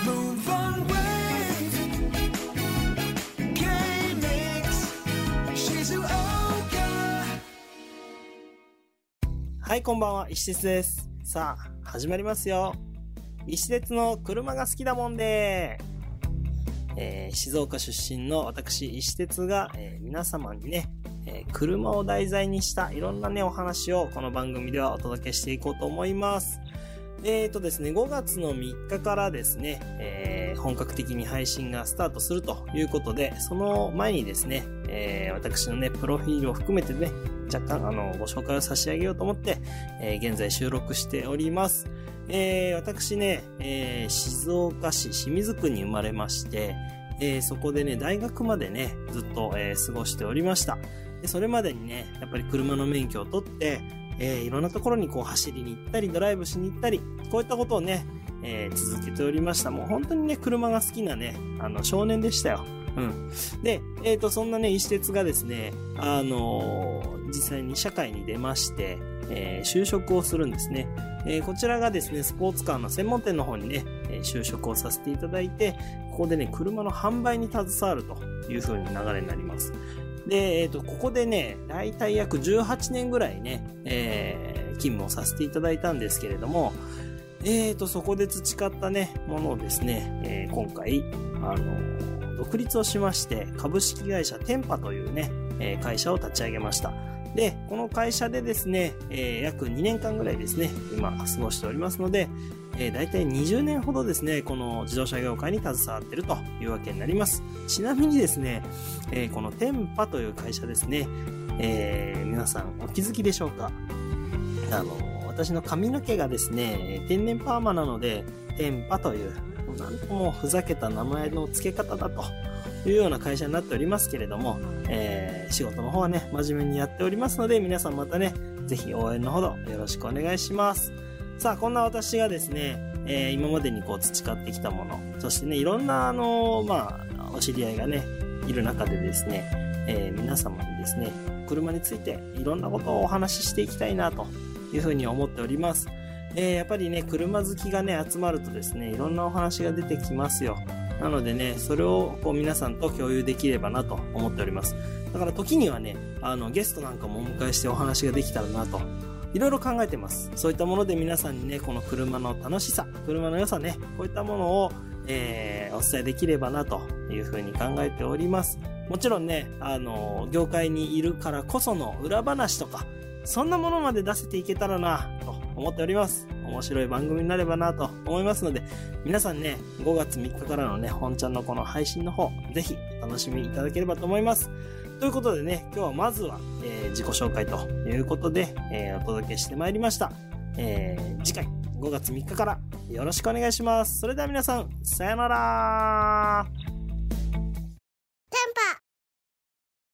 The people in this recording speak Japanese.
Move on wave K-Mix Shizuoka。 はい、こんばんは、石鉄です。さあ、始まりますよ。石鉄の車が好きだもんで、静岡出身の私、石鉄が、皆様にね、車を題材にしたいろんなね、お話をこの番組ではお届けしていこうと思います。ですね、5月の3日からですね、本格的に配信がスタートするということで、その前にですね、私のね、プロフィールを含めてね、若干ご紹介を差し上げようと思って、現在収録しております。私ね、静岡市清水区に生まれまして、そこでね、大学までね、ずっと、過ごしておりました。で、それまでにね、やっぱり車の免許を取って、いろんなところにこう走りに行ったり、ドライブしに行ったり、こういったことをね、続けておりました。もう本当にね、車が好きなね、少年でしたよ。うん。で、そんなね、石鉄がですね、実際に社会に出まして、就職をするんですね。こちらがですね、スポーツカーの専門店の方にね、就職をさせていただいて、ここでね、車の販売に携わるという風に流れになります。で、ここでね、だいたい約18年ぐらいね、勤務をさせていただいたんですけれども、そこで培ったね、ものをですね、今回、独立をしまして、株式会社テンパというね、会社を立ち上げました。で、この会社でですね、約2年間ぐらいですね、今過ごしておりますので、だいたい20年ほどですね、この自動車業界に携わっているというわけになります。ちなみにですね、このテンパという会社ですね、皆さんお気づきでしょうか？私の髪の毛がですね、天然パーマなので、テンパという、なんともふざけた名前の付け方だというような会社になっておりますけれども、仕事の方はね、真面目にやっておりますので、皆さんまたね、ぜひ応援のほどよろしくお願いします。さあ、こんな私がですね、今までにこう培ってきたもの、そしてね、いろんなお知り合いがね、いる中でですね、皆様にですね、車についていろんなことをお話ししていきたいなというふうに思っております。やっぱりね、車好きがね、集まるとですね、いろんなお話が出てきますよ。なのでね、それをこう皆さんと共有できればなと思っております。だから時にはね、ゲストなんかもお迎えしてお話ができたらなと、いろいろ考えてます。そういったもので皆さんにね、この車の楽しさ、車の良さね、こういったものを、お伝えできればなというふうに考えております。もちろんね、業界にいるからこその裏話とか、そんなものまで出せていけたらなと思っております。面白い番組になればなと思いますので、皆さんね、5月3日からのね、本ちゃんのこの配信の方、ぜひお楽しみいただければと思います。ということでね、今日はまずは、自己紹介ということで、お届けしてまいりました。次回5月3日からよろしくお願いします。それでは皆さん、さよなら。